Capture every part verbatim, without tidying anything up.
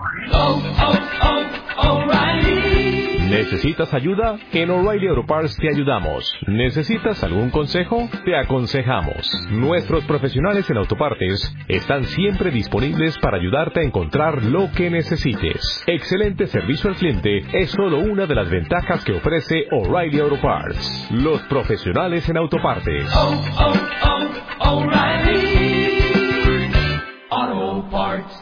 Oh, oh, oh, O'Reilly. ¿Necesitas ayuda? En O'Reilly Auto Parts te ayudamos. ¿Necesitas algún consejo? Te aconsejamos. Nuestros profesionales en autopartes están siempre disponibles para ayudarte a encontrar lo que necesites. Excelente servicio al cliente es solo una de las ventajas que ofrece O'Reilly Auto Parts. Los profesionales en autopartes. Oh, oh, oh, O'Reilly Auto Parts.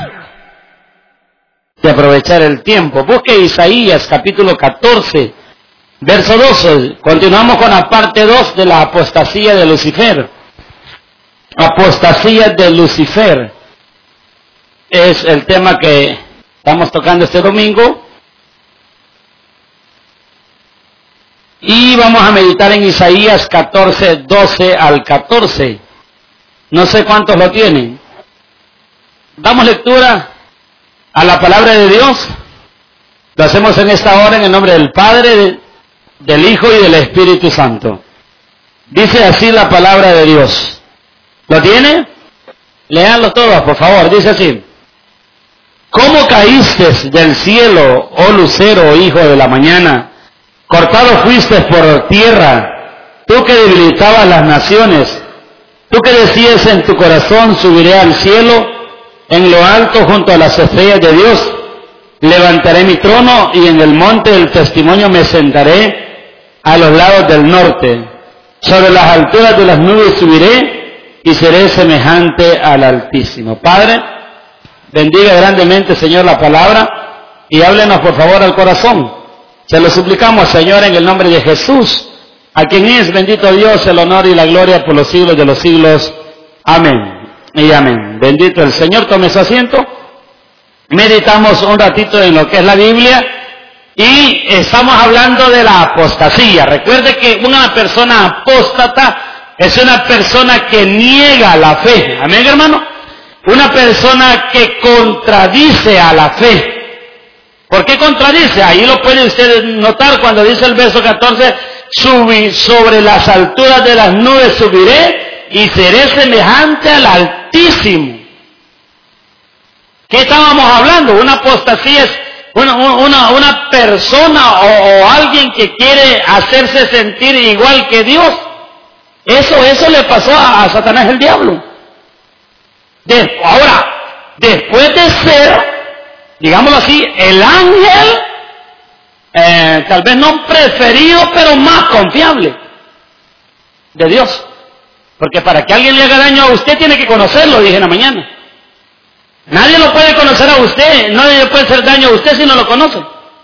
De aprovechar el tiempo. Busque Isaías capítulo catorce, verso doce. Continuamos con la parte dos de la apostasía de Lucifer. Apostasía de Lucifer es el tema que estamos tocando este domingo. Y vamos a meditar en Isaías catorce, doce al catorce. No sé cuántos lo tienen. Damos lectura a la palabra de Dios. Lo hacemos en esta hora en el nombre del Padre, del Hijo y del Espíritu Santo. Dice así la palabra de Dios. ¿Lo tiene? Léanlo todos, por favor. Dice así: ¿Cómo caíste del cielo, oh lucero, hijo de la mañana? Cortado fuiste por tierra, tú que debilitabas las naciones. Tú que decías en tu corazón, subiré al cielo, en lo alto junto a las estrellas de Dios, levantaré mi trono y en el monte del testimonio me sentaré a los lados del norte. Sobre las alturas de las nubes subiré y seré semejante al Altísimo. Padre, bendiga grandemente, Señor, la palabra y háblenos por favor al corazón. Se lo suplicamos, Señor, en el nombre de Jesús, a quien es, bendito Dios, el honor y la gloria por los siglos de los siglos. Amén. Y amén. Bendito el Señor. Tome su asiento. Meditamos un ratito en lo que es la Biblia y estamos hablando de la apostasía. Recuerde que una persona apóstata es una persona que niega la fe. Amén, hermano. Una persona que contradice a la fe. ¿Por qué contradice? Ahí lo puede usted notar cuando dice el verso catorce: Subí sobre las alturas de las nubes subiré y seré semejante al Altísimo. ¿Qué estábamos hablando? Una apostasía es una, una, una persona o, o alguien que quiere hacerse sentir igual que Dios. Eso, eso le pasó a, a Satanás el diablo. De, ahora, después de ser, digámoslo así, el ángel, eh, tal vez no preferido, pero más confiable de Dios. Porque para que alguien le haga daño a usted tiene que conocerlo, dije en la mañana. Nadie lo puede conocer a usted, nadie le puede hacer daño a usted si no lo conoce.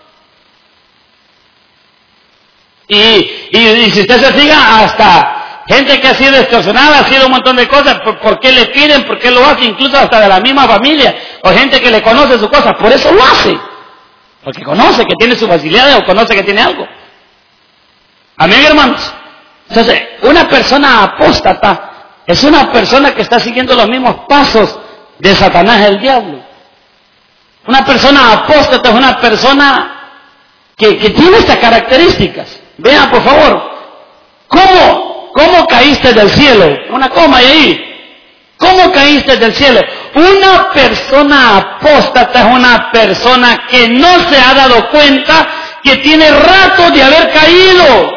Y, y, y si usted se fija, hasta gente que ha sido extorsionada, ha sido un montón de cosas, ¿por, por qué le piden? ¿Por qué lo hace? Incluso hasta de la misma familia, o gente que le conoce sus cosas, por eso lo hace. Porque conoce que tiene sus facilidades o conoce que tiene algo. Amén, hermanos. Entonces, una persona apóstata es una persona que está siguiendo los mismos pasos de Satanás el diablo. Una persona apóstata es una persona que, que tiene estas características. Vean, por favor, ¿cómo, cómo caíste del cielo? Una coma y ahí. ¿Cómo caíste del cielo? Una persona apóstata es una persona que no se ha dado cuenta que tiene rato de haber caído.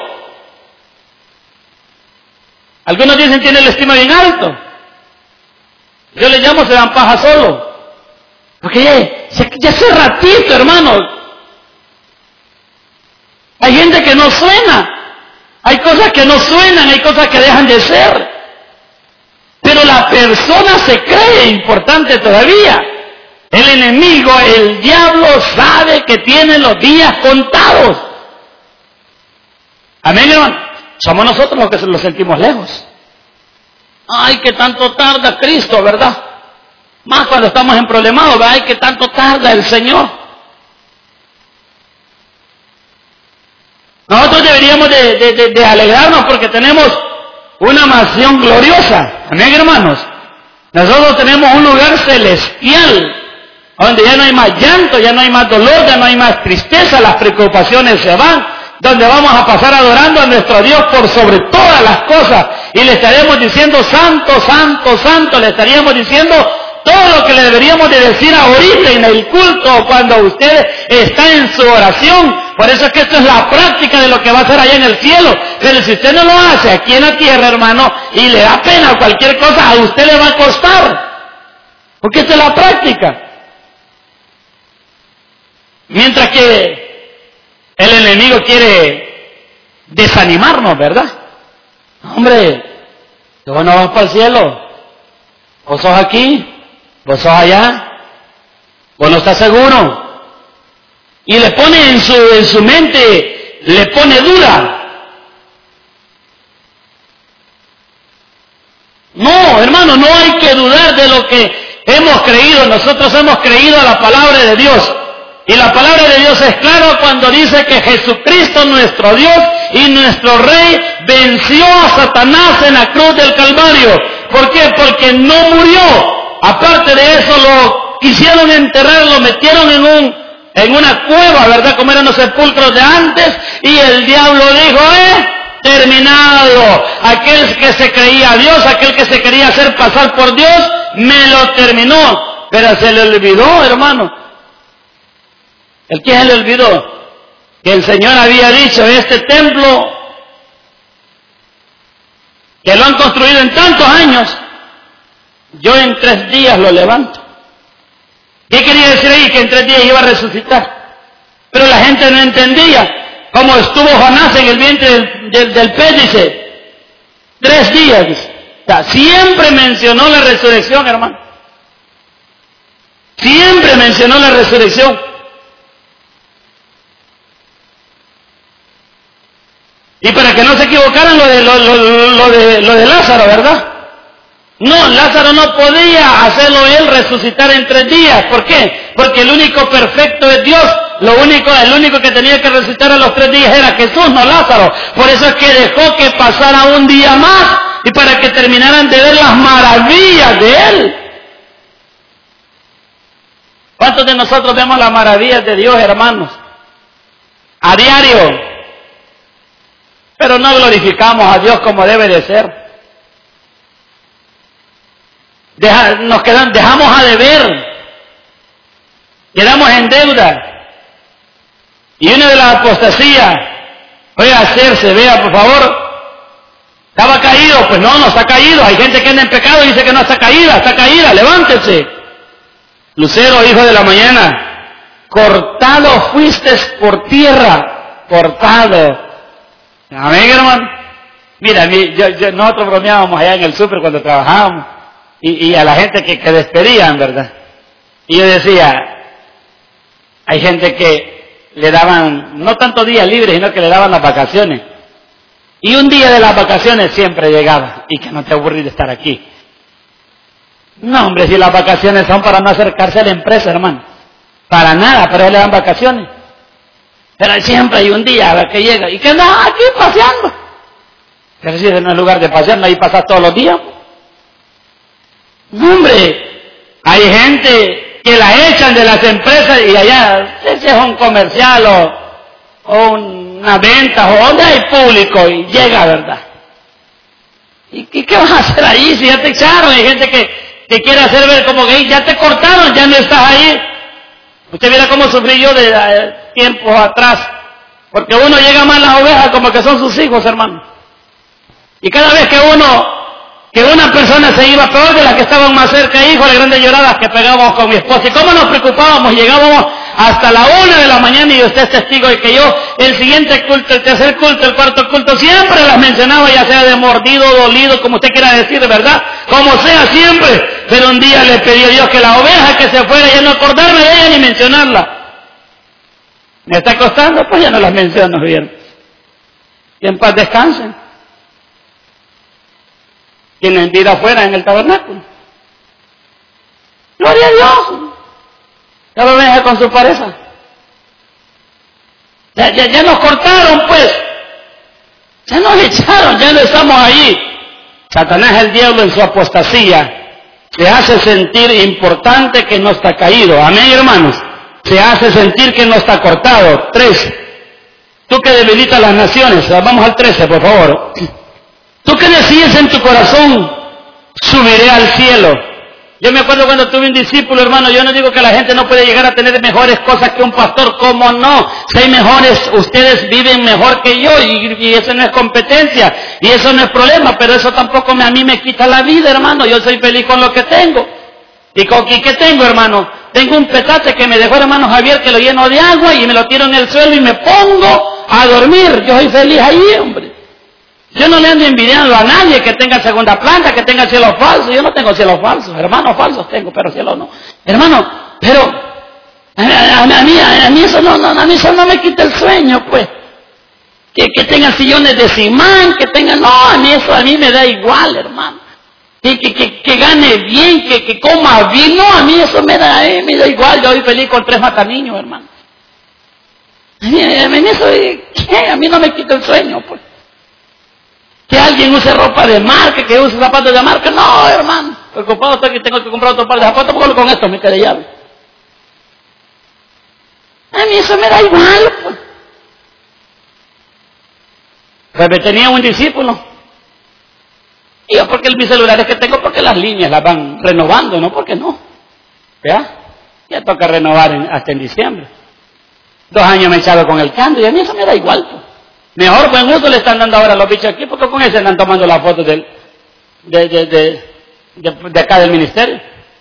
Algunos dicen tiene la estima bien alto. Yo le llamo se dan paja solo. Porque ya, ya hace ratito, hermanos. Hay gente que no suena. Hay cosas que no suenan, hay cosas que dejan de ser. Pero la persona se cree importante todavía. El enemigo, el diablo, sabe que tiene los días contados. Amén, hermano. Somos nosotros los que lo sentimos lejos. Ay, que tanto tarda Cristo, ¿verdad? Más cuando estamos en problemados, ¿verdad? Ay, que tanto tarda el Señor. Nosotros deberíamos de, de, de, de alegrarnos porque tenemos una mansión gloriosa. Amén, hermanos. Nosotros tenemos un lugar celestial donde ya no hay más llanto, ya no hay más dolor, ya no hay más tristeza, las preocupaciones se van. Donde vamos a pasar adorando a nuestro Dios por sobre todas las cosas y le estaremos diciendo santo, santo, santo, le estaríamos diciendo todo lo que le deberíamos de decir ahorita en el culto, cuando usted está en su oración. Por eso es que esto es la práctica de lo que va a hacer allá en el cielo. Pero si usted no lo hace aquí en la tierra, hermano, y le da pena cualquier cosa, a usted le va a costar. Porque esta es la práctica. Mientras que el enemigo quiere desanimarnos, ¿verdad? Hombre, vos no vas para el cielo. Vos sos aquí, vos sos allá, vos no estás seguro. Y le pone en su, en su mente, le pone duda. No, hermano, no hay que dudar de lo que hemos creído. Nosotros hemos creído a la palabra de Dios. Y la palabra de Dios es clara cuando dice que Jesucristo, nuestro Dios y nuestro Rey, venció a Satanás en la cruz del Calvario. ¿Por qué? Porque no murió. Aparte de eso, lo quisieron enterrar, lo metieron en un, en una cueva, ¿verdad? Como eran los sepulcros de antes. Y el diablo dijo, eh, terminado. Aquel que se creía Dios, aquel que se quería hacer pasar por Dios, me lo terminó. Pero se le olvidó, hermano. ¿El quién se le olvidó? Que el Señor había dicho, este templo, que lo han construido en tantos años, yo en tres días lo levanto. ¿Qué quería decir ahí? Que en tres días iba a resucitar. Pero la gente no entendía. Como estuvo Jonás en el vientre del, del, del pez, dice, tres días, dice. O sea, siempre mencionó la resurrección, hermano. Siempre mencionó la resurrección. Y para que no se equivocaran lo de, lo, lo, lo, de, lo de Lázaro, ¿verdad? No, Lázaro no podía hacerlo él resucitar en tres días. ¿Por qué? Porque el único perfecto es Dios. Lo único, el único que tenía que resucitar a los tres días era Jesús, no Lázaro. Por eso es que dejó que pasara un día más y para que terminaran de ver las maravillas de él. ¿Cuántos de nosotros vemos las maravillas de Dios, hermanos? A diario. Pero no glorificamos a Dios como debe de ser. Deja, nos quedan, dejamos a deber. Quedamos en deuda. Y una de las apostasías puede hacerse, vea por favor. ¿Estaba caído? Pues no, no está caído. Hay gente que anda en pecado y dice que no está caída, está caída, levántese. Lucero, hijo de la mañana, cortado fuiste por tierra, cortado. Amén, hermano. Mira, yo, yo, nosotros bromeábamos allá en el súper cuando trabajábamos y, y a la gente que, que despedían, ¿verdad? Y yo decía, hay gente que le daban, no tanto días libres, sino que le daban las vacaciones. Y un día de las vacaciones siempre llegaba, y que no te aburrís de estar aquí. No, hombre, si las vacaciones son para no acercarse a la empresa, hermano. Para nada, pero le dan vacaciones. Pero siempre hay un día a ver que llega y que anda aquí paseando. Pero si no es lugar de pasear, ahí pasas todos los días. No, hombre, hay gente que la echan de las empresas y allá, ese es un comercial o, o una venta o donde hay público y llega, ¿verdad? ¿Y, y qué vas a hacer ahí si ya te echaron? Hay gente que, que quiere hacer ver como que ya te cortaron, ya no estás ahí. Usted mira cómo sufrí yo de eh, tiempos atrás, porque uno llega más a las ovejas como que son sus hijos, hermano. Y cada vez que uno, que una persona se iba, peor de las que estaban más cerca, hijo, de grandes lloradas que pegábamos con mi esposa. ¿Y cómo nos preocupábamos? Llegábamos hasta la una de la mañana y usted es testigo de que yo, el siguiente culto, el tercer culto, el cuarto culto, siempre las mencionaba, ya sea de mordido, dolido, como usted quiera decir, ¿verdad? Como sea, siempre. Pero un día le pedí a Dios que la oveja que se fuera, ya no acordarme de ella ni mencionarla. ¿Me está costando? Pues ya no las menciono bien. Y en paz descansen. Tienen vida afuera en el tabernáculo. Gloria a Dios. Cada oveja con su pareja. Ya, ya, ya nos cortaron, pues. Ya nos echaron, ya no estamos ahí. Satanás, el diablo, en su apostasía, se hace sentir importante que no está caído. Amén, hermanos. Se hace sentir que no está cortado. Tres. Tú que debilitas las naciones. Vamos al trece, por favor. Tú que decides en tu corazón, subiré al cielo. Yo me acuerdo cuando tuve un discípulo, hermano, yo no digo que la gente no puede llegar a tener mejores cosas que un pastor, ¿cómo no? Si hay mejores, ustedes viven mejor que yo y, y eso no es competencia y eso no es problema, pero eso tampoco me, a mí me quita la vida, hermano. Yo soy feliz con lo que tengo. ¿Y con qué tengo, hermano? Tengo un petate que me dejó hermano Javier, que lo lleno de agua y me lo tiro en el suelo y me pongo a dormir. Yo soy feliz ahí, hombre. Yo no le ando envidiando a nadie que tenga segunda planta, que tenga cielo falso. Yo no tengo cielo falso, hermanos falsos tengo, pero cielo no. Hermano, pero a, a, a, mí, a, mí eso no, no, a mí eso no me quita el sueño, pues. Que, que tenga sillones de cimán, que tenga, no, a mí eso a mí me da igual, hermano. Que, que, que, que gane bien, que, que coma bien, no, a mí eso me da, eh, me da igual. Yo soy feliz con tres mataniños, hermano. A mí, a mí eso, ¿qué? A mí no me quita el sueño, pues. Que alguien use ropa de marca, que use zapatos de marca. No, hermano. Preocupado estoy que tengo que comprar otro par de zapatos porque con esto me quedé llave. A mí eso me da igual, pues. Pues me tenía un discípulo. Y yo, porque mis celulares que tengo, porque las líneas las van renovando, ¿no? Porque no. ¿Ya? Ya toca renovar en, hasta en diciembre. Dos años me he echado con el cambio y a mí eso me da igual, pues. Mejor buen uso le están dando ahora a los bichos aquí, porque con ese andan tomando la foto del, de, de, de, de, de acá del ministerio.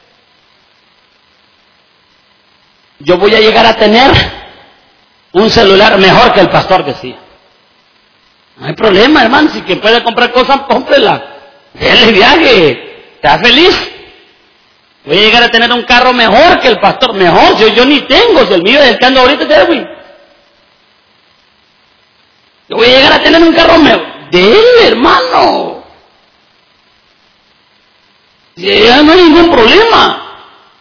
Yo voy a llegar a tener un celular mejor que el pastor decía. No hay problema, hermano, si quien puede comprar cosas, cómprela. Denle viaje, está feliz. Voy a llegar a tener un carro mejor que el pastor, mejor, yo, yo ni tengo, si el mío es el que ando ahorita es Edwin. Yo voy a llegar a tener un carro mejor. Dele, hermano. Ya no hay ningún problema.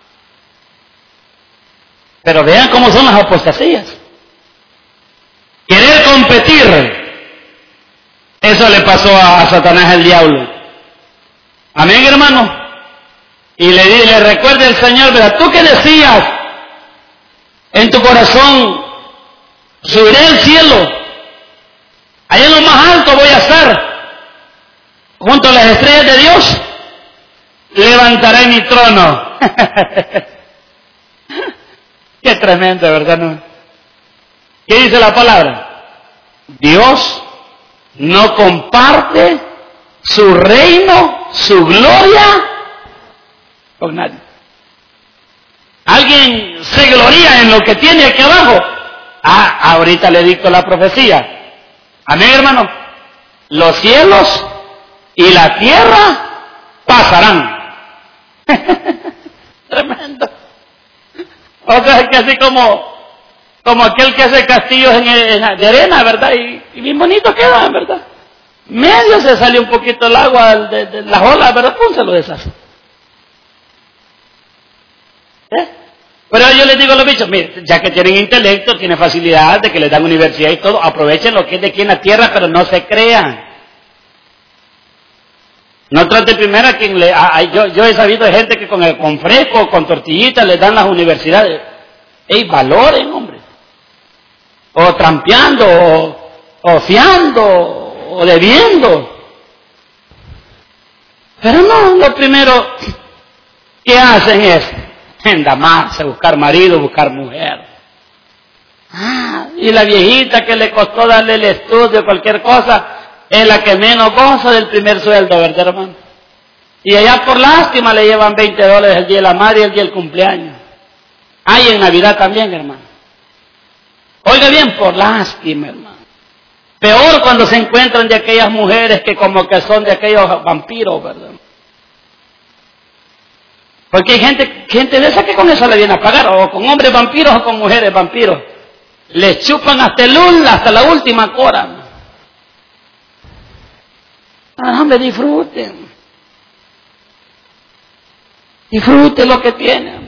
Pero vean cómo son las apostasías. Querer competir. Eso le pasó a, a Satanás, el diablo. Amén, hermano. Y le, le recuerda el Señor, ¿verdad? ¿Tú qué decías en tu corazón? Subiré al cielo. Allá en lo más alto voy a estar, junto a las estrellas de Dios, levantaré mi trono. Qué tremendo, ¿verdad? ¿No? ¿Qué dice la palabra? Dios no comparte su reino, su gloria, con nadie. ¿Alguien se gloria en lo que tiene aquí abajo? Ah, ahorita le dicto la profecía. Amén, hermano. Los cielos y la tierra pasarán. Tremendo. O sea, que así como, como aquel que hace castillos en, en, de arena, ¿verdad? Y, y bien bonito quedan, ¿verdad? Medio se sale un poquito el agua de, de las olas, ¿verdad? Pum, se lo deshace. ¿Eh? Pero yo les digo a los bichos, mire, ya que tienen intelecto, tienen facilidad de que les dan universidad y todo, aprovechen lo que es de aquí en la tierra, pero no se crean. No trate primero a quien le... A, a, yo, yo he sabido de gente que con, el, con fresco, con tortillitas, les dan las universidades. ¡Ey, valoren, hombre! O trampeando, o, o fiando, o debiendo. Pero no, lo primero que hacen es endamarse, buscar marido, buscar mujer. Ah, y la viejita que le costó darle el estudio, cualquier cosa, es la que menos goza del primer sueldo, ¿verdad, hermano? Y allá por lástima le llevan veinte dólares el día de la madre y el día del cumpleaños. Hay en Navidad también, hermano. Oiga bien, por lástima, hermano. Peor cuando se encuentran de aquellas mujeres que como que son de aquellos vampiros, ¿verdad? Porque hay gente, gente de esa que con eso le viene a pagar, o con hombres vampiros o con mujeres vampiros. Les chupan hasta el ul, hasta la última cora. Ah, hombre, disfruten. Disfruten lo que tienen.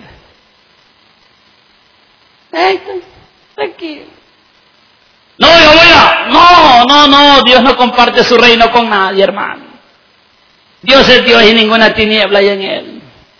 Ay, tranquilo. No, yo voy a... No, no, no, Dios no comparte su reino con nadie, hermano. Dios es Dios y ninguna tiniebla hay en Él.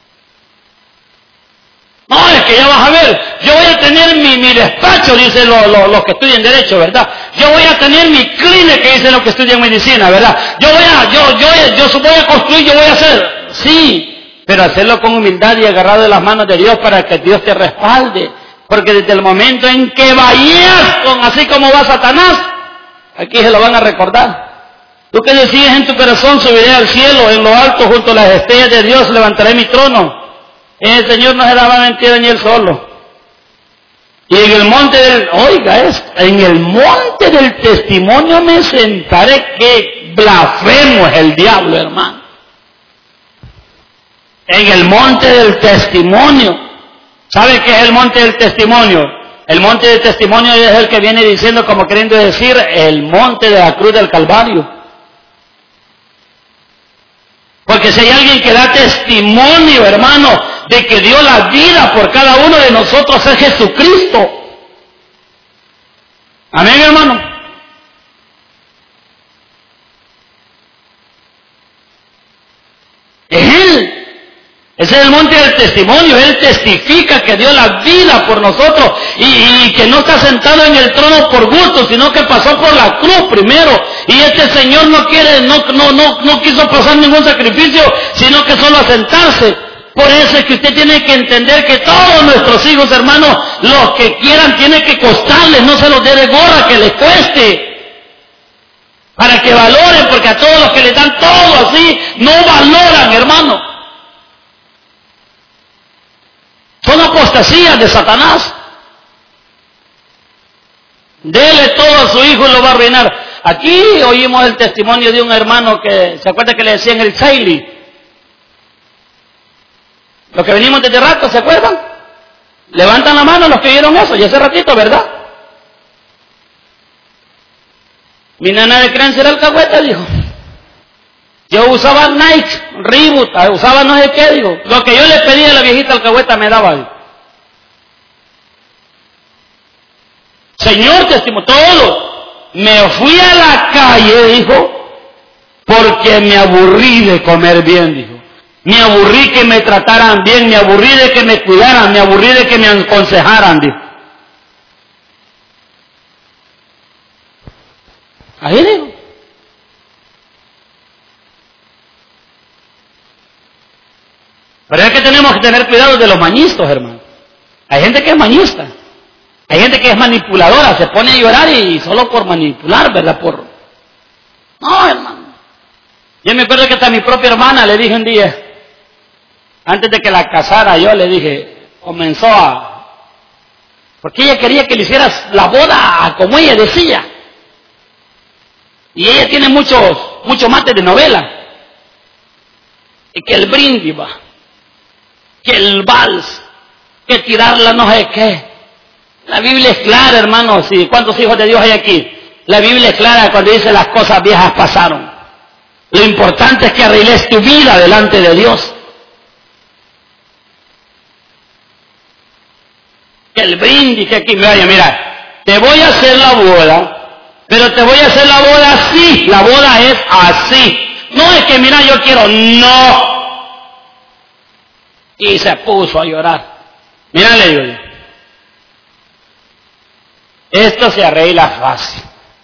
No, es que ya vas a ver, yo voy a tener mi, mi despacho, dicen los, los, los que estudian Derecho, ¿verdad? Yo voy a tener mi clínica, que dicen los que estudian Medicina, ¿verdad? Yo voy a, yo, yo, yo voy a construir, yo voy a hacer. Sí, pero hacerlo con humildad y agarrado de las manos de Dios para que Dios te respalde. Porque desde el momento en que vayas con así como va Satanás, aquí se lo van a recordar. Tú que decides en tu corazón, subiré al cielo, en lo alto, junto a las estrellas de Dios, levantaré mi trono. El Señor no se la va a mentir ni él solo. Y en el monte del, oiga esto, en el monte del testimonio me sentaré. Que blasfemo es el diablo, hermano. En el monte del testimonio. ¿Sabe qué es el monte del testimonio? El monte del testimonio es el que viene diciendo, como queriendo decir, el monte de la cruz del Calvario. Porque si hay alguien que da testimonio, hermano, de que dio la vida por cada uno de nosotros, es Jesucristo. Amén, hermano. Es Él. Ese es el monte del testimonio. Él testifica que dio la vida por nosotros y, y que no está sentado en el trono por gusto, sino que pasó por la cruz primero. Y este Señor no quiere, no, no, no, no quiso pasar ningún sacrificio, sino que solo asentarse. Por eso es que usted tiene que entender que todos nuestros hijos, hermanos, los que quieran, tiene que costarles, no se los dé de gorra, que les cueste. Para que valoren, porque a todos los que les dan todo así, no valoran, hermano. Son apostasías de Satanás. Dele todo a su hijo y lo va a arruinar. Aquí oímos el testimonio de un hermano que, ¿se acuerda que le decían el Saili? Los que venimos desde rato, ¿se acuerdan? Levantan la mano los que vieron eso, y hace ratito, ¿verdad? Mi nana de creencia era alcahueta, dijo. Yo usaba Nike, Reebok, usaba no sé qué, digo. Lo que yo le pedía a la viejita alcahueta me daba. Digo. Señor, testimonio, todo. Me fui a la calle, dijo, porque me aburrí de comer bien, dijo. Me aburrí que me trataran bien, me aburrí de que me cuidaran, me aburrí de que me aconsejaran, dijo. Ahí digo. Pero es que tenemos que tener cuidado de los mañistas, hermano. Hay gente que es mañista. Hay gente que es manipuladora, se pone a llorar y solo por manipular, ¿verdad? Por... No, hermano. Yo me acuerdo que hasta a mi propia hermana le dije un día, antes de que la casara, yo le dije, comenzó a... Porque ella quería que le hicieras la boda como ella decía. Y ella tiene muchos, muchos mates de novela. Y que el brindis va. Que el vals, que tirarla no sé qué. La Biblia es clara, hermanos. ¿Sí? ¿Cuántos hijos de Dios hay aquí? La Biblia es clara cuando dice las cosas viejas pasaron. Lo importante es que arregles tu vida delante de Dios. Que el brindis, que aquí me vaya, mira, te voy a hacer la boda, pero te voy a hacer la boda así. La boda es así. No es que, mira, yo quiero, no. Y se puso a llorar. Mira, le digo yo. Esto se arregla fácil.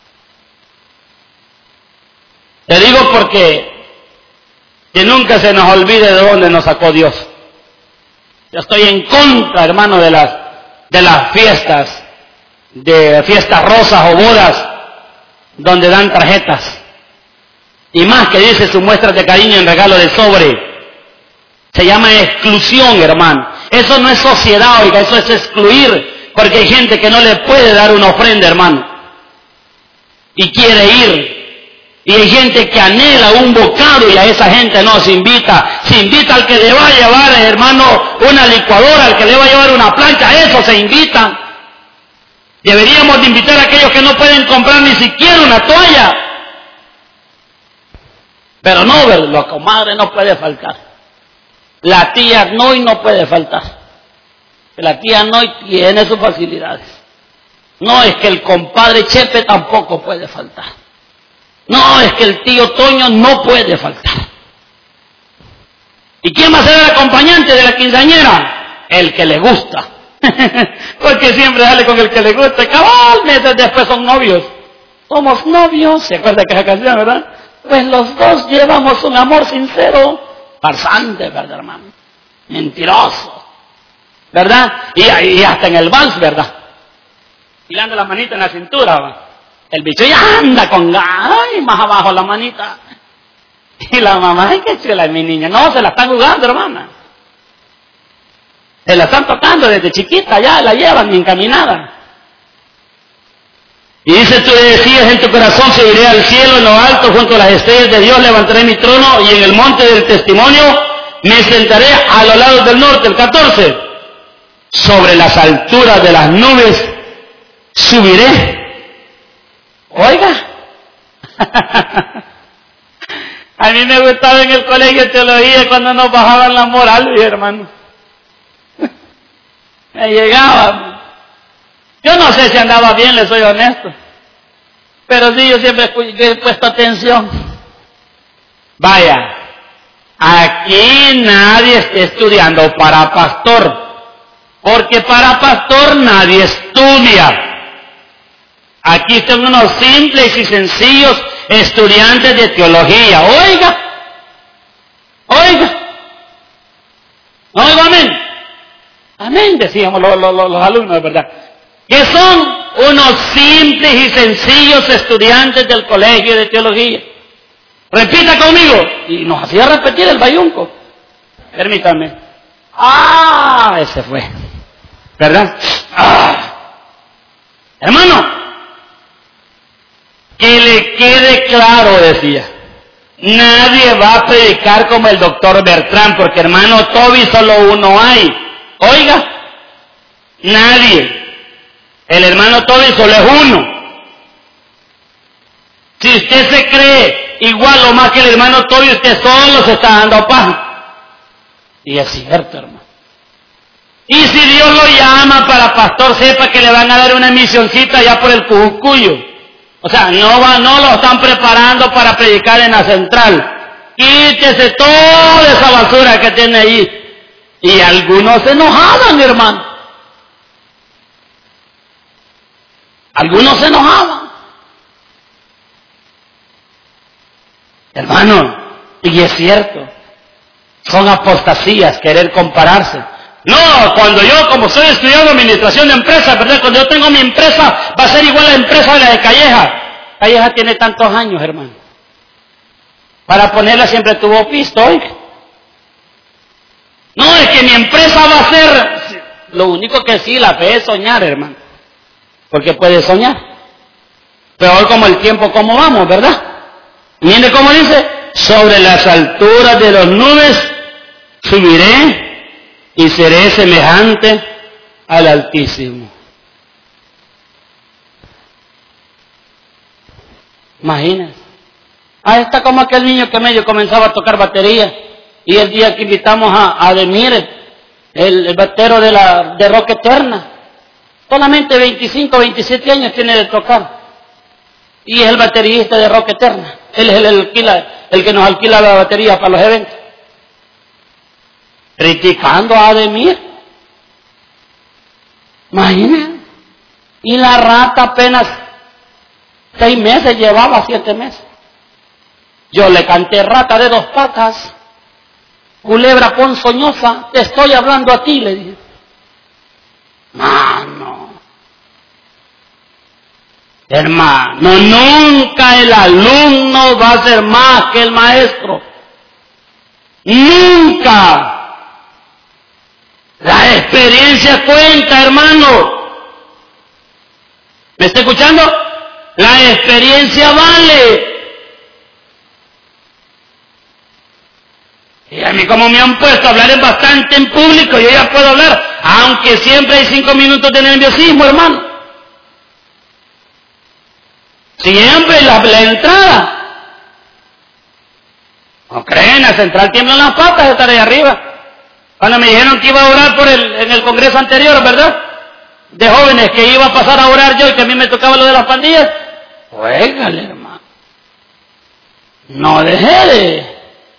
Te digo porque que nunca se nos olvide de dónde nos sacó Dios. Yo estoy en contra, hermano, de las, de las fiestas, de fiestas rosas o bodas, donde dan tarjetas. Y más que dice sus muestras de cariño en regalo de sobre. Se llama exclusión, hermano. Eso no es sociedad, oiga, eso es excluir. Porque hay gente que no le puede dar una ofrenda, hermano. Y quiere ir. Y hay gente que anhela un bocado y a esa gente no se invita. Se invita al que le va a llevar, hermano, una licuadora, al que le va a llevar una plancha. A eso se invitan. Deberíamos de invitar a aquellos que no pueden comprar ni siquiera una toalla. Pero no, la comadre no puede faltar. La tía Noy no puede faltar. La tía Noy tiene sus facilidades. No es que el compadre Chepe tampoco puede faltar. No es que el tío Toño no puede faltar. ¿Y quién va a ser el acompañante de la quinceañera? El que le gusta. Porque siempre sale con el que le gusta. Cabal, meses después son novios. Somos novios. ¿Se acuerda que esa canción, verdad? Pues los dos llevamos un amor sincero. farsante, ¿verdad, hermano? Mentiroso, ¿verdad? Y, y hasta en el vals, ¿verdad? Y le anda la manita en la cintura, ¿verdad? El bicho ya anda con, ay, más abajo la manita. Y la mamá, ay, qué chula mi niña. No, se la están jugando, hermana. Se la están tocando desde chiquita, ya la llevan encaminada. Y dice, tú decías en tu corazón, subiré al cielo en lo alto, junto a las estrellas de Dios, levantaré mi trono, y en el monte del testimonio me sentaré a los lados del norte. El catorce, sobre las alturas de las nubes subiré. Oiga, a mí me gustaba en el colegio de teología cuando nos bajaban la moral, mi hermano. Me llegaba. Yo no sé si andaba bien, le soy honesto. Pero sí, yo siempre he puesto atención. Vaya, aquí nadie está estudiando para pastor. Porque para pastor nadie estudia. Aquí son unos simples y sencillos estudiantes de teología. Oiga, oiga, oiga, amén. Amén, decíamos los, los, los alumnos, ¿verdad? Que son unos simples y sencillos estudiantes del colegio de teología. Repita conmigo. Y nos hacía repetir el bayunco. Permítame. Ah, ese fue. ¿Verdad? Ah. Hermano, que le quede claro, decía. Nadie va a predicar como el doctor Bertrán, porque hermano Toby solo uno hay. Oiga, nadie. El hermano Toby solo es uno. Si usted se cree igual o más que el hermano Toby, usted solo se está dando paja. Y es cierto, hermano. Y si Dios lo llama para pastor, sepa que le van a dar una misioncita allá por el Cujucuyo. O sea, no va, no lo están preparando para predicar en la central. Quítese toda esa basura que tiene ahí. Y algunos se enojaban, hermano. Algunos se enojaban. Hermano, y es cierto, son apostasías querer compararse. No, cuando yo, como estoy estudiando administración de empresas, ¿verdad? Cuando yo tengo mi empresa, va a ser igual a la empresa de la de Calleja. Calleja tiene tantos años, hermano. Para ponerla siempre tuvo pisto, oiga. No, es que mi empresa va a ser... Lo único que sí, la fe es soñar, hermano. Porque puede soñar. Pero hoy como el tiempo, ¿cómo vamos, verdad? Mire cómo dice, sobre las alturas de las nubes subiré y seré semejante al Altísimo. Imagínense. Ah, está como aquel niño que medio comenzaba a tocar batería. Y el día que invitamos a, a Ademir, el, el batero de, la, de Roca Eterna, solamente veinticinco, veintisiete años tiene de tocar. Y es el baterista de Roca Eterna. Él es el, el, alquila, el que nos alquila la batería para los eventos. Criticando a Ademir. Imagínense. Y la rata apenas seis meses llevaba, siete meses. Yo le canté rata de dos patas. Culebra ponzoñosa, te estoy hablando a ti, le dije. Mano. Hermano, nunca el alumno va a ser más que el maestro. Nunca. La experiencia cuenta, hermano. ¿Me está escuchando? La experiencia vale. Y a mí como me han puesto a hablar en bastante en público, yo ya puedo hablar, aunque siempre hay cinco minutos de nerviosismo, hermano. Siempre la, la entrada. No creen, la central tiemblan las patas de estar ahí arriba. Cuando me dijeron que iba a orar por el, en el congreso anterior, ¿verdad? De jóvenes, que iba a pasar a orar yo y que a mí me tocaba lo de las pandillas. Óigale, hermano. No dejé de...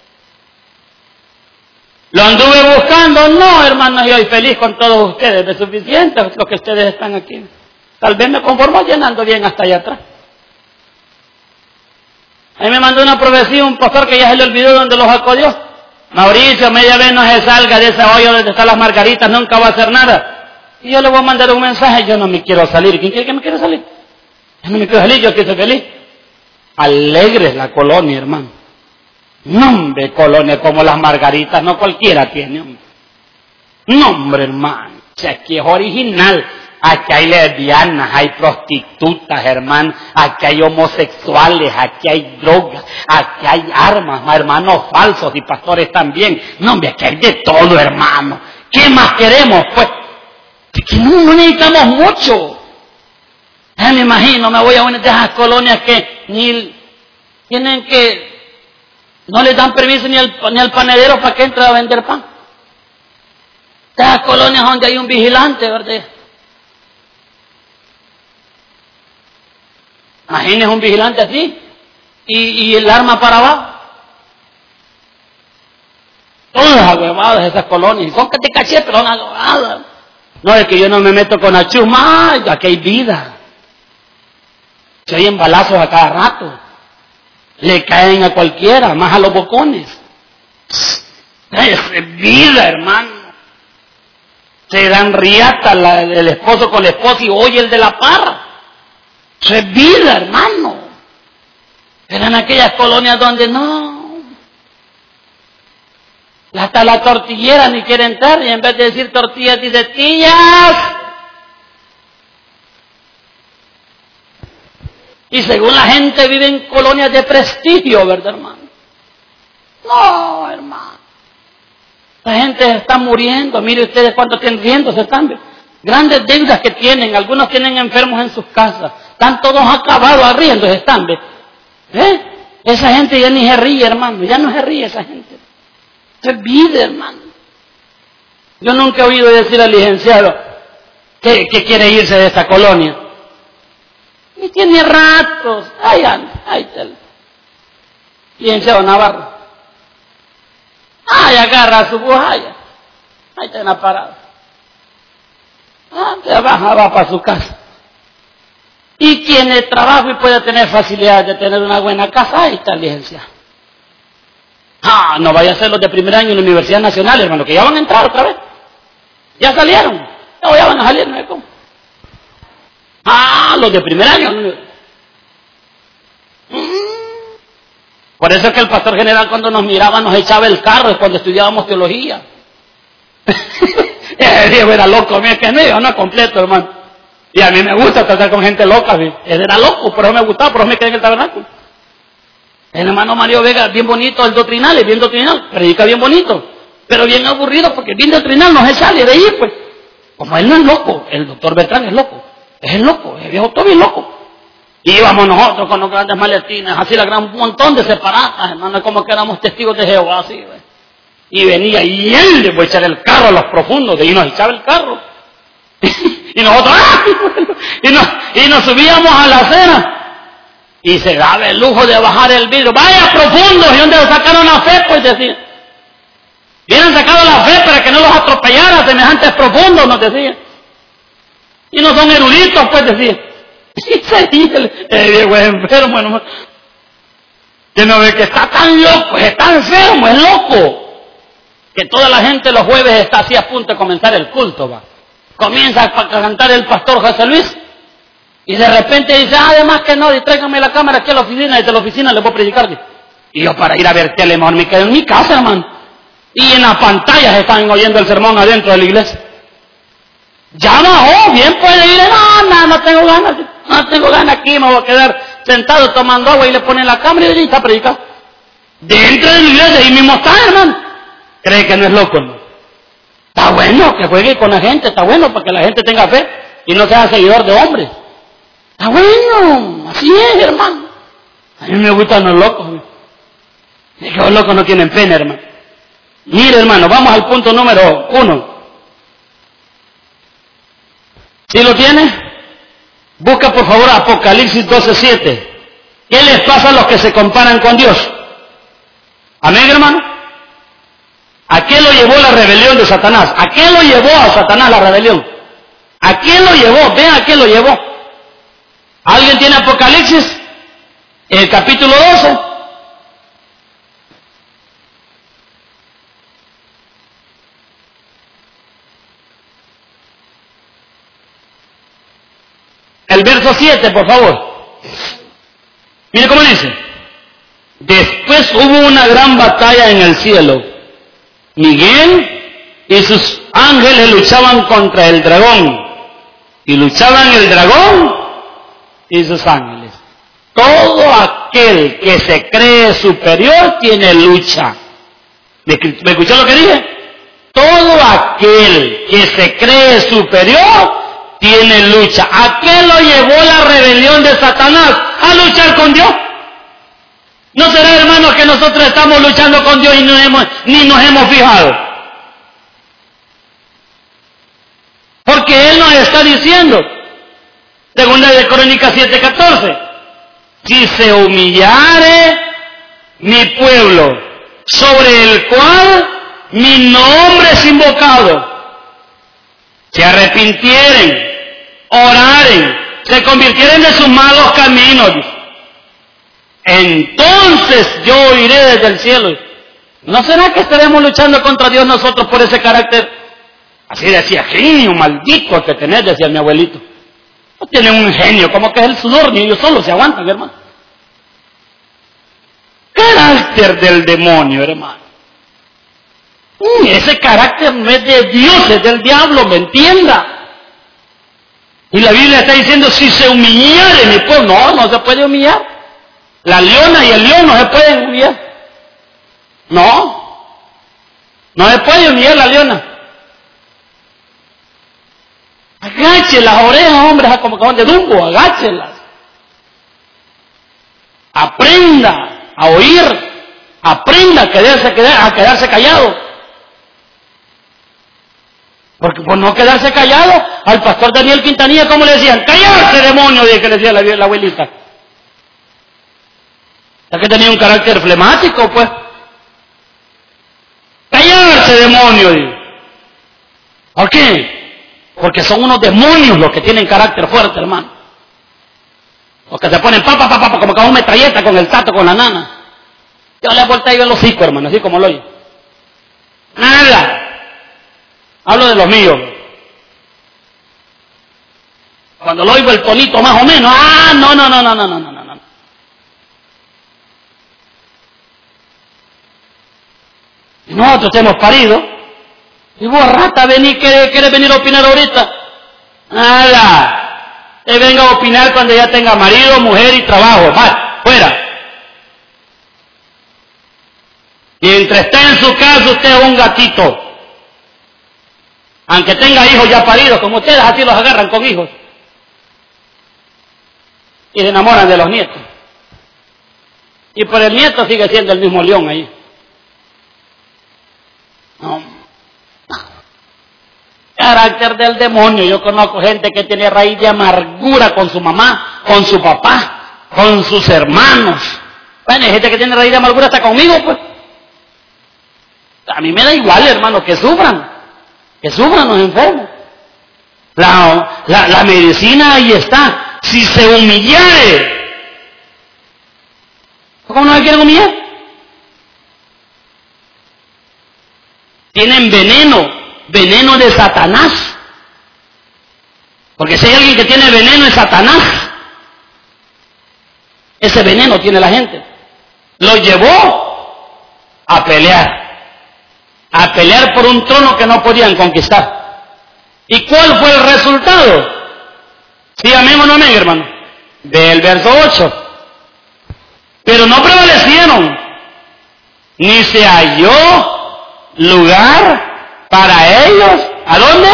¿Lo anduve buscando? No, hermano, yo soy feliz con todos ustedes, de suficiente los que ustedes están aquí. Tal vez me conformo llenando bien hasta allá atrás. A mí me mandó una profecía un pastor que ya se le olvidó donde lo sacó Dios. Mauricio, media vez no se salga de ese hoyo donde están las margaritas, nunca va a hacer nada. Y yo le voy a mandar un mensaje, yo no me quiero salir. ¿Quién quiere que me quiera salir? Yo no me quiero salir, yo quiero ser feliz. Alegre es la colonia, hermano. No, hombre, colonia como las margaritas, no cualquiera tiene, hombre. No, hombre, hermano. O sea, aquí es original. Aquí hay lesbianas, hay prostitutas, hermano. Aquí hay homosexuales, aquí hay drogas, aquí hay armas, hermanos falsos y pastores también. No, hombre, aquí hay de todo, hermano. ¿Qué más queremos? Pues, que no, no necesitamos mucho. Ya me imagino, me voy a una de esas colonias que ni tienen que, no les dan permiso ni al, ni al panadero para que entre a vender pan. De esas colonias donde hay un vigilante, ¿verdad? Imagínese un vigilante así y, y el arma para abajo. Todas agüevadas esas colonias. Son que te caché, pero son agüevadas. No, es que yo no me meto con la chuma. Ay, aquí hay vida. Se oyen balazos a cada rato. Le caen a cualquiera, más a los bocones. Es vida, hermano. Se dan riata la, el esposo con la esposa y oye el de la parra. Eso es vida, hermano. Pero en aquellas colonias donde no. Hasta la tortillera ni quiere entrar y en vez de decir tortillas dice tillas. Y según la gente vive en colonias de prestigio, ¿verdad, hermano? No, hermano. La gente está muriendo. Mire ustedes cuánto tienen riéndose están. Grandes deudas que tienen. Algunos tienen enfermos en sus casas. Están todos acabados riendo, están, ¿ve? ¿Eh? Esa gente ya ni se ríe, hermano. Ya no se ríe esa gente. Eso es vida, hermano. Yo nunca he oído decir al licenciado que, que quiere irse de esta colonia. Y tiene ratos. Ahí anda, ahí está el licenciado Navarro. Ay, agarra su bujaya. Ahí está en la parada. Ah, se baja, va para su casa. Y quien tiene trabajo y puede tener facilidad de tener una buena casa, ahí está el licenciado. Ah, no vaya a ser los de primer año en la Universidad Nacional, hermano, que ya van a entrar otra vez. Ya salieron. No, ya van a salir, no sé cómo. Ah, los de primer año. Por eso es que el pastor general cuando nos miraba nos echaba el carro, es cuando estudiábamos teología. Ese viejo era loco, mira que medio, no completo, hermano. Y a mí me gusta tratar con gente loca, ¿sí? Él era loco, pero me gustaba, pero me quedé en el tabernáculo. El hermano Mario Vega, bien bonito, el doctrinal, es bien doctrinal, predica bien bonito, pero bien aburrido porque bien doctrinal no se sale de ahí, pues. Como él no es loco, el doctor Beltrán es loco, es el loco, el viejo todo bien loco. Y íbamos nosotros con los grandes maletines, así la gran un montón de separatas, hermano, como que éramos testigos de Jehová, así, ¿ves? Y venía y él le voy a echar el carro a los profundos, de ahí nos echaba el carro. Y nosotros, ¡ah! y, nos, y nos subíamos a la acera. Y se daba el lujo de bajar el vidrio. Vaya profundos, y donde sacaron la fe, pues decía. Hubieran sacado la fe para que no los atropellara semejantes profundos, nos decía. Y no son eruditos, pues decía. Y seguía el, el viejo es enfermo, hermano. Que no ve que está tan loco, está enfermo, es loco. Que toda la gente los jueves está así a punto de comenzar el culto, va. Comienza a cantar el pastor José Luis. Y de repente dice, ah, además que no, y tráigame la cámara aquí a la oficina, desde la oficina le voy a predicar. Y yo para ir a ver tele, mejor me quedo en mi casa, hermano. Y en las pantallas están oyendo el sermón adentro de la iglesia. Ya bajó, bien puede ir, no, no, no tengo ganas, no tengo ganas aquí, me voy a quedar sentado tomando agua y le ponen la cámara y está predicando. Dentro de la iglesia, ahí mismo está, hermano. Cree que no es loco, ¿no? Está bueno que juegue con la gente, está bueno para que la gente tenga fe y no sea seguidor de hombres. Está bueno, así es, hermano. A mí me gustan los locos. Es que los locos no tienen pena, hermano. Mire, hermano, vamos al punto número uno. ¿Sí lo tiene? Busca, por favor, Apocalipsis doce siete. ¿Qué les pasa a los que se comparan con Dios? Amén, hermano. ¿A qué lo llevó la rebelión de Satanás? ¿A qué lo llevó a Satanás la rebelión? ¿A quién lo llevó? Vean a quién lo llevó. ¿Alguien tiene Apocalipsis? El capítulo doce. el verso siete, por favor. Mire cómo dice. Después hubo una gran batalla en el cielo. Miguel y sus ángeles luchaban contra el dragón. Y luchaban el dragón y sus ángeles. Todo aquel que se cree superior tiene lucha. ¿Me, ¿Me escuchó lo que dije? Todo aquel que se cree superior tiene lucha. ¿A qué lo llevó la rebelión de Satanás? A luchar con Dios. ¿No será, hermanos, que nosotros estamos luchando con Dios y no hemos, ni nos hemos fijado? Porque Él nos está diciendo, segunda de Crónicas siete catorce, si se humillare mi pueblo, sobre el cual mi nombre es invocado, se arrepintieren, oraren, se convirtieren de sus malos caminos, entonces yo oiré desde el cielo. ¿No será que estaremos luchando contra Dios nosotros por ese carácter? Así decía, genio maldito que tenés, decía mi abuelito. No tienen un genio, como que es el sudor, ni ellos solos se aguantan, hermano. Carácter del demonio, hermano. Mm, ese carácter no es de Dios, es del diablo, ¿me entienda? Y la Biblia está diciendo, si se humillare mi pueblo, no, no se puede humillar. La leona y el león no se pueden humillar. No, no se puede humillar la leona. Agache las orejas, hombres, como que van de Dumbo, agáchelas. Aprenda a oír, aprenda a quedarse, a quedarse callado. Porque por no quedarse callado, al pastor Daniel Quintanilla, ¿cómo le decían? ¡Callarse, demonio! Que le decía la, la abuelita. Es que tenía un carácter flemático, pues. ¡Callarse, demonio! ¿Por qué? Porque son unos demonios los que tienen carácter fuerte, hermano. Los que se ponen papa, papa, pa, como con una metralleta con el tato, con la nana. Yo le volteo yo los hocico, hermano, así como lo oye. Nada. Hablo de los míos. Cuando lo oigo el tonito más o menos, ah, no, no, no, no, no, no, no, no. Y nosotros hemos parido. Y vos, rata, vení, ¿querés, ¿querés venir a opinar ahorita? Nada. Te venga a opinar cuando ya tenga marido, mujer y trabajo. Va, fuera. Mientras esté en su casa, usted es un gatito. Aunque tenga hijos ya paridos, como ustedes, así los agarran con hijos. Y se enamoran de los nietos. Y por el nieto sigue siendo el mismo león ahí. No. Carácter del demonio. Yo conozco gente que tiene raíz de amargura con su mamá, con su papá, con sus hermanos. Bueno, hay gente que tiene raíz de amargura hasta conmigo, pues. A mí me da igual, hermano, que sufran. Que sufran los enfermos. La, la, la medicina ahí está. Si se humillare. ¿Cómo no se quieren humillar? Tienen veneno, veneno de Satanás. Porque si hay alguien que tiene veneno es Satanás. Ese veneno tiene la gente. Lo llevó a pelear. A pelear por un trono que no podían conquistar. ¿Y cuál fue el resultado? Sí, amén o no amén, hermano. Del verso ocho. Pero no prevalecieron, ni se halló lugar para ellos. ¿A dónde?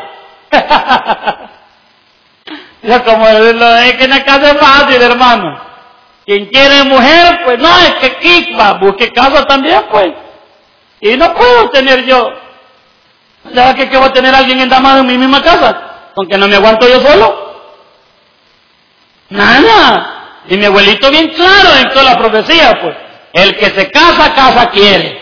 Ya como es que en la casa es fácil, hermano. Quien quiere mujer, pues no, es que Kikba busque casa también, pues. Y no puedo tener yo. ¿Sabes que, que voy a tener a alguien endamado en mi misma casa? Aunque no me aguanto yo solo. Nada. Y mi abuelito bien claro en toda la profecía, pues. El que se casa, casa quiere.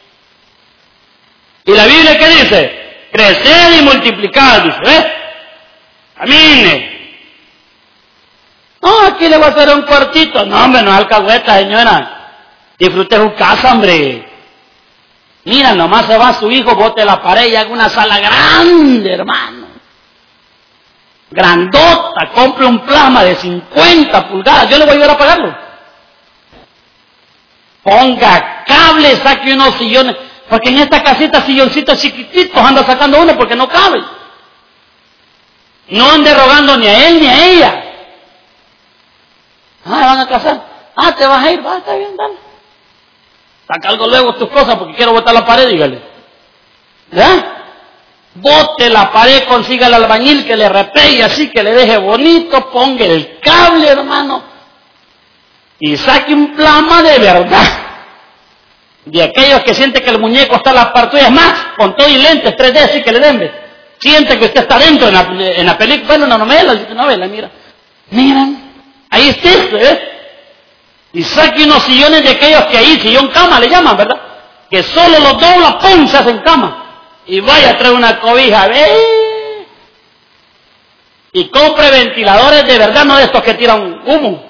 Y la Biblia, ¿qué dice? Creced y multiplicad, dice, ¿ves? Camine. No, aquí le voy a hacer un cuartito. No, hombre, no es alcahueta, señora. Disfrute su casa, hombre. Mira, nomás se va su hijo, bote la pared y haga una sala grande, hermano. grandota, compre un plasma de cincuenta pulgadas, yo le voy a ayudar a pagarlo. Ponga cables, saque unos sillones, porque en esta casita silloncitos chiquititos anda sacando uno porque no cabe. No ande rogando ni a él ni a ella. Ah, van a casar. Ah, te vas a ir, va, está bien, dale. Saca algo luego tus cosas porque quiero botar la pared, dígale. ¿Ya? Bote la pared, consiga el albañil que le repegue así, que le deje bonito, ponga el cable, hermano, y saque un plasma de verdad. De aquellos que sienten que el muñeco está a la partida, es más, con todo y lentes tres D así que le den. Siente que usted está dentro en la, en la película, bueno, una novela, una novela, mira. Miran, ahí está, ¿eh? Y saque unos sillones de aquellos que ahí, sillón cama le llaman, ¿verdad? Que solo los dobla, pum, se hacen cama. Y vaya a traer una cobija, ¿ve? Y compre ventiladores de verdad, no de estos que tiran humo.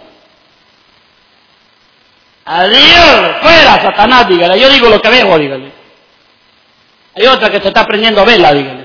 Adiós, fuera, Satanás, dígale. Yo digo lo que veo, dígale. Hay otra que se está prendiendo vela, dígale.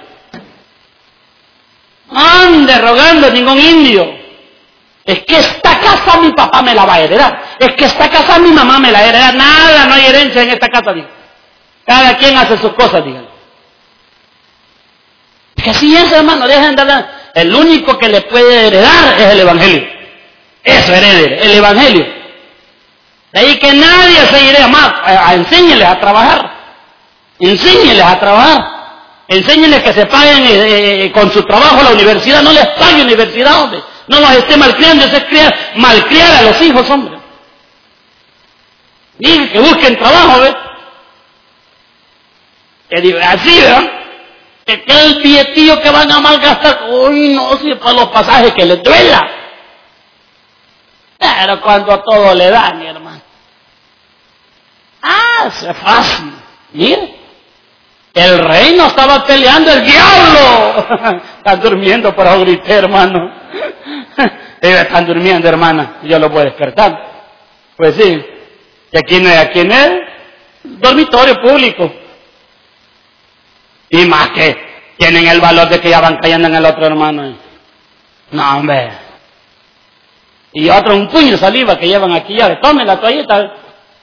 Ande rogando ningún indio. Es que esta casa mi papá me la va a heredar. Es que esta casa mi mamá me la va a heredar. Nada, no hay herencia en esta casa, dígale. Cada quien hace sus cosas, dígale. Es que así es, hermano, dejen de hablar. El único que le puede heredar es el Evangelio. Eso herede, el Evangelio. De ahí que nadie se irá más. A, a, enséñeles a trabajar. Enséñeles a trabajar. Enséñeles que se paguen eh, eh, con su trabajo la universidad. No les pague universidad, hombre. No los esté malcriando. Eso es criar, malcriar a los hijos, hombre. Digan que busquen trabajo, ¿ves? Así, ¿verdad? Que aquel billetillo que van a malgastar, uy, no, si para los pasajes que les duela. Pero cuando a todo le dan, mi hermano. Ah, es fácil. Mire, el rey no estaba peleando, el diablo. Están durmiendo, pero grité, hermano. Ellos están durmiendo, hermana. Yo lo voy a despertar. Pues sí. ¿Y aquí no es? ¿Aquí no es? Dormitorio público. Y más que tienen el valor de que ya van cayendo en el otro, hermano. No, hombre. Y otro, un puño de saliva que llevan aquí, ya, tomen la toallita.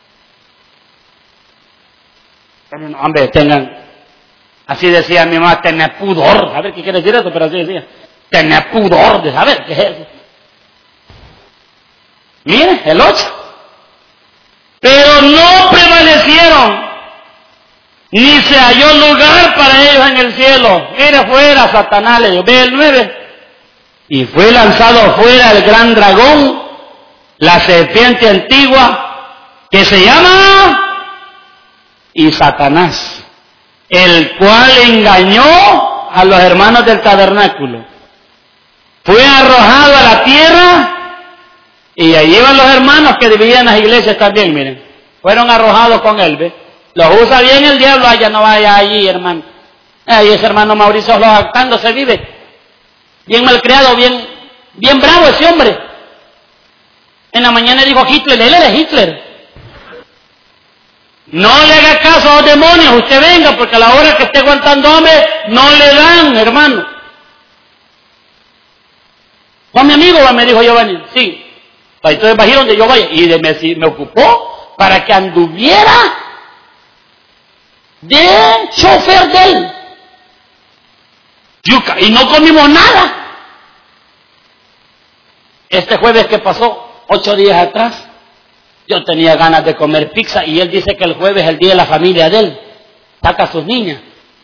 Pero no, hombre, tengan, así decía mi mamá, tener pudor. A ver qué quiere decir eso, pero así decía. Tener pudor de saber qué es eso. Mire, el ocho. Pero no prevalecieron. Ni se halló lugar para ellos en el cielo. Mire fuera, Satanás, le dio. Ve el nueve. Y fue lanzado fuera el gran dragón, la serpiente antigua, que se llama y Satanás, el cual engañó a los hermanos del tabernáculo. Fue arrojado a la tierra, y ahí iban los hermanos que dividían las iglesias también, miren. Fueron arrojados con él, ¿ve? Los usa bien el diablo, allá no vaya allí, hermano. Ahí ese hermano Mauricio los actando se vive. Bien malcriado, bien, bien bravo ese hombre. En la mañana dijo Hitler, él era Hitler. No le haga caso a los demonios, usted venga, porque a la hora que esté aguantando hambre, no le dan, hermano. ¿Va mi amigo? Va, me dijo Giovanni. Sí. Entonces bajé donde yo vaya. Y me, me ocupó para que anduviera de chofer de él. Yuca, y no comimos nada. Este jueves que pasó, ocho días atrás, yo tenía ganas de comer pizza y él dice que el jueves es el día de la familia de él. Saca a sus niñas.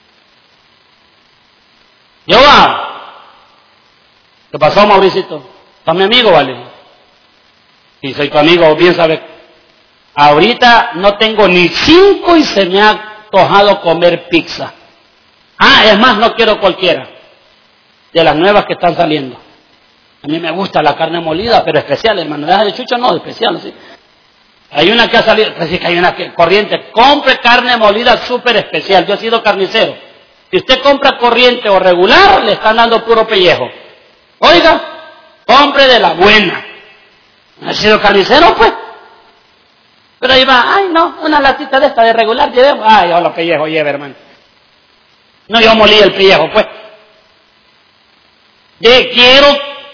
Yo va. ¿Qué pasó, Mauricito? ¿Estás mi amigo, vale? Si soy tu amigo, bien sabes. Ahorita no tengo ni cinco y se me ha antojado comer pizza. Ah, es más, no quiero cualquiera de las nuevas que están saliendo. A mí me gusta la carne molida, pero especial, hermano. Deja de chucho, no, especial, sí. Hay una que ha salido, pues sí que hay una que, corriente. Compre carne molida súper especial. Yo he sido carnicero. Si usted compra corriente o regular, le están dando puro pellejo. Oiga, compre de la buena. ¿Ha sido carnicero, pues? Pero ahí va, ay, no, una latita de esta de regular, lleve. Ay, yo los pellejo lleve, hermano. No, yo molí el pellejo, pues. De quiero.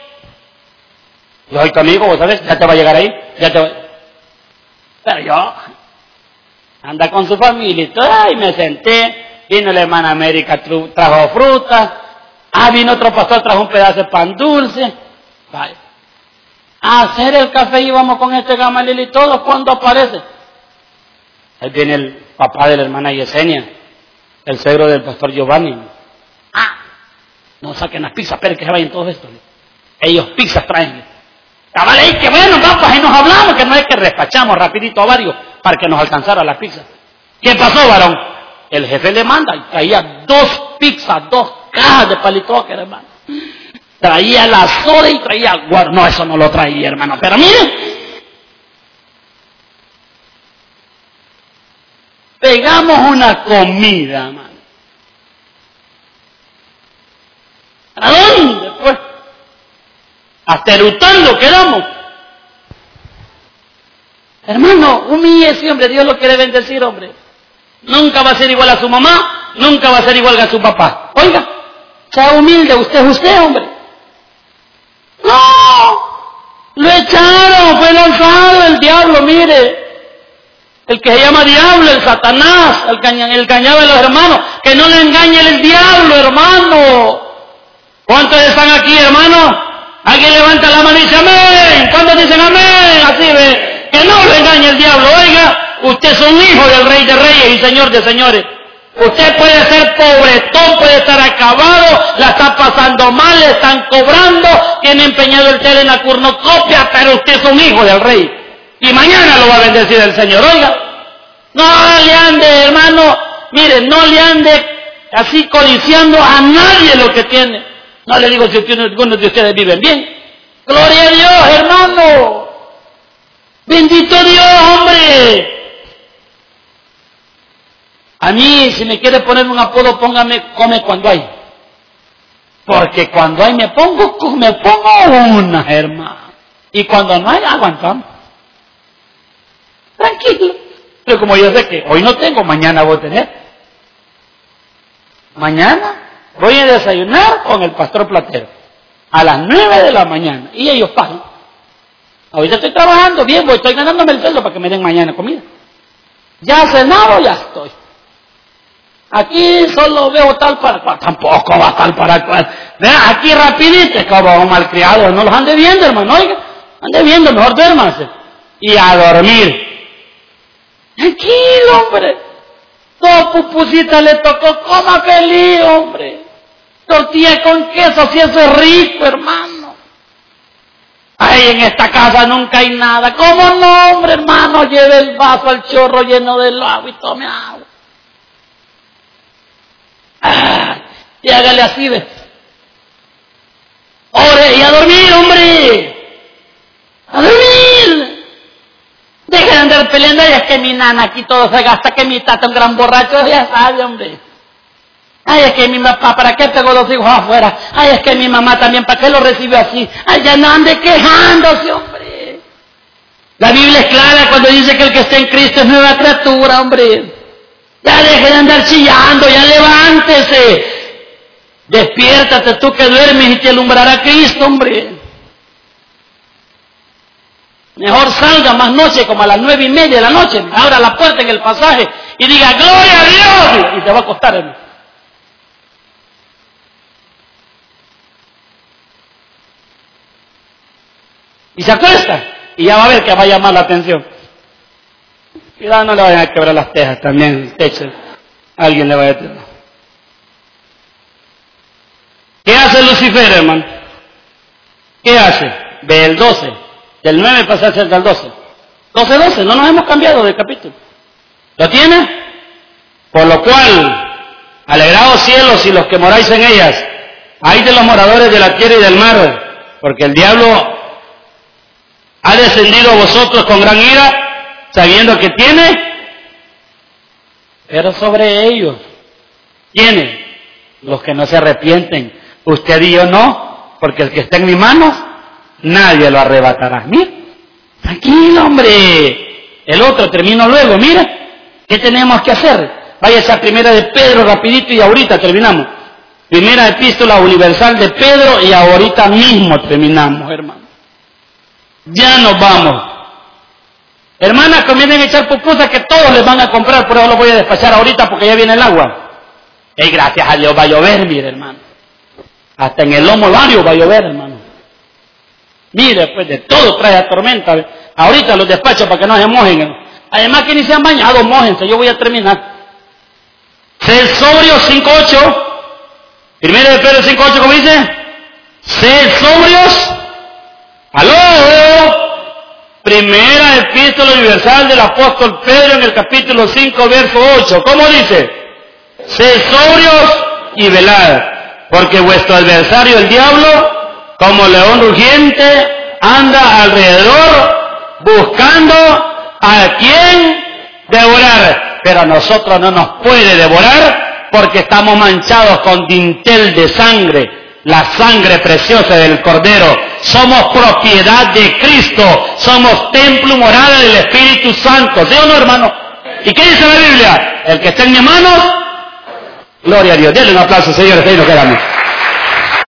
Yo soy tu amigo, vos sabes, ya te va a llegar ahí, ya te va. Pero yo, anda con su familia y todo, y me senté, vino la hermana América, trajo fruta, ah, vino otro pastor, trajo un pedazo de pan dulce, vaya. A hacer el café íbamos con este Gamaliel y todo, cuando aparece. Ahí viene el papá de la hermana Yesenia, el suegro del pastor Giovanni. Ah, no saquen las pizzas, pero que se vayan todos estos. Ellos pizzas traen. Cabal, que bueno, vamos, ahí nos hablamos, que no es que despachamos rapidito a varios para que nos alcanzara las pizzas. ¿Qué pasó, varón? El jefe le manda y traía dos pizzas, dos cajas de palitroque, hermano. Traía la soda y traía guaro. No, eso no lo traía, hermano. Pero mire, pegamos una comida, hermano. ¿A dónde, pues? Hasta erutando quedamos. Hermano, humíllese, hombre. Dios lo quiere bendecir, hombre. Nunca va a ser igual a su mamá, nunca va a ser igual a su papá. Oiga, sea humilde, usted es usted, hombre. No, lo echaron, fue lanzado el diablo, mire. El que se llama diablo, el Satanás, el, caña, el cañado de los hermanos. Que no le engañe el diablo, hermano. ¿Cuántos están aquí, hermano? Alguien levanta la mano y dice amén. ¿Cuántos dicen amén? Así ve. Que no lo engañe el diablo. Oiga, usted es un hijo del Rey de Reyes y Señor de Señores. Usted puede ser pobretón, puede estar acabado, la está pasando mal, le están cobrando, tiene empeñado el tele en la cornucopia, pero usted es un hijo del Rey. Y mañana lo va a bendecir el Señor. Oiga, no le ande, hermano, mire, no le ande así codiciando a nadie lo que tiene. No le digo si algunos de ustedes viven bien. Gloria a Dios, hermano. Bendito Dios, hombre. A mí, si me quiere poner un apodo, póngame come cuando hay. Porque cuando hay me pongo, me pongo una, hermano. Y cuando no hay, aguantamos. Tranquilo. Pero como yo sé que hoy no tengo, mañana voy a tener. Mañana voy a desayunar con el pastor Platero. A las nueve de la mañana. Y ellos pagan. Ahorita estoy trabajando bien, voy, estoy ganándome el sueldo para que me den mañana comida. Ya cenado, ya estoy. Aquí solo veo tal para cual, tampoco va tal para cual. Vean, aquí rapidito, es como un malcriado, no los ande viendo, hermano, oiga, ande viendo, mejor duérmase. Y a dormir. Tranquilo, hombre. Dos pupusitas le tocó, coma feliz, hombre. Tortilla con queso, si eso es rico, hermano. Ay, en esta casa nunca hay nada. ¿Cómo no, hombre, hermano? Lleve el vaso al chorro lleno de agua y tome agua. Ah, y hágale así, ¿ves? Ore y a dormir, hombre. A dormir. Deje de andar peleando. Ay, es que mi nana aquí todo se gasta, que mi tata un gran borracho, ya sabe, hombre. Ay, es que mi papá, ¿para qué pegó los hijos afuera? Ay, es que mi mamá también, ¿para qué lo recibió así? Ay, ya no ande quejándose, hombre. La Biblia es clara cuando dice que el que está en Cristo es nueva criatura, hombre. Ya deje de andar chillando, ya levántese. Despiértate tú que duermes y te alumbrará Cristo, hombre. Mejor salga más noche, como a las nueve y media de la noche, abra la puerta en el pasaje y diga, ¡gloria a Dios! Y te va a acostar, hermano. Y se acuesta, y ya va a ver que va a llamar la atención. Cuidado, no le vayan a quebrar las tejas también, el techo. Alguien le va a decir. ¿Qué hace Lucifer, hermano? ¿Qué hace? Ve el doce. Del nueve pasa a ser del doce. doce, doce, no nos hemos cambiado de capítulo. ¿Lo tiene? Por lo cual, alegraos cielos y los que moráis en ellas. Ay de los moradores de la tierra y del mar, porque el diablo ha descendido a vosotros con gran ira, sabiendo que tiene, pero sobre ellos tiene los que no se arrepienten. Usted y yo no, porque el que está en mis manos, nadie lo arrebatará. Mire, tranquilo, hombre. El otro termino luego, mire, ¿qué tenemos que hacer? Váyase a primera de Pedro rapidito y ahorita terminamos. Primera epístola universal de Pedro y ahorita mismo terminamos, hermano. Ya nos vamos. Hermanas, convienen echar pupusas que todos les van a comprar, por eso lo voy a despachar ahorita porque ya viene el agua. Y gracias a Dios va a llover, mire, hermano. Hasta en el lomo lario va a llover, hermano. Mire, pues de todo trae a tormenta. Ahorita los despacho para que no se mojen. Además que ni se han bañado, mójense, yo voy a terminar. Sed sobrios, cinco ocho. Primero de Pedro cinco ocho, ¿cómo dice? Sed sobrios. ¡Aló! Primera epístola universal del apóstol Pedro en el capítulo cinco, verso ocho. ¿Cómo dice? Sed sobrios y velad, porque vuestro adversario el diablo, como león rugiente, anda alrededor buscando a quien devorar. Pero a nosotros no nos puede devorar porque estamos manchados con dintel de sangre, la sangre preciosa del Cordero. Somos propiedad de Cristo, somos templo morada del Espíritu Santo. ¿Sí o no, hermano? ¿Y qué dice la Biblia? El que está en mis manos, gloria a Dios. Denle un aplauso, señores, ahí nos quedamos.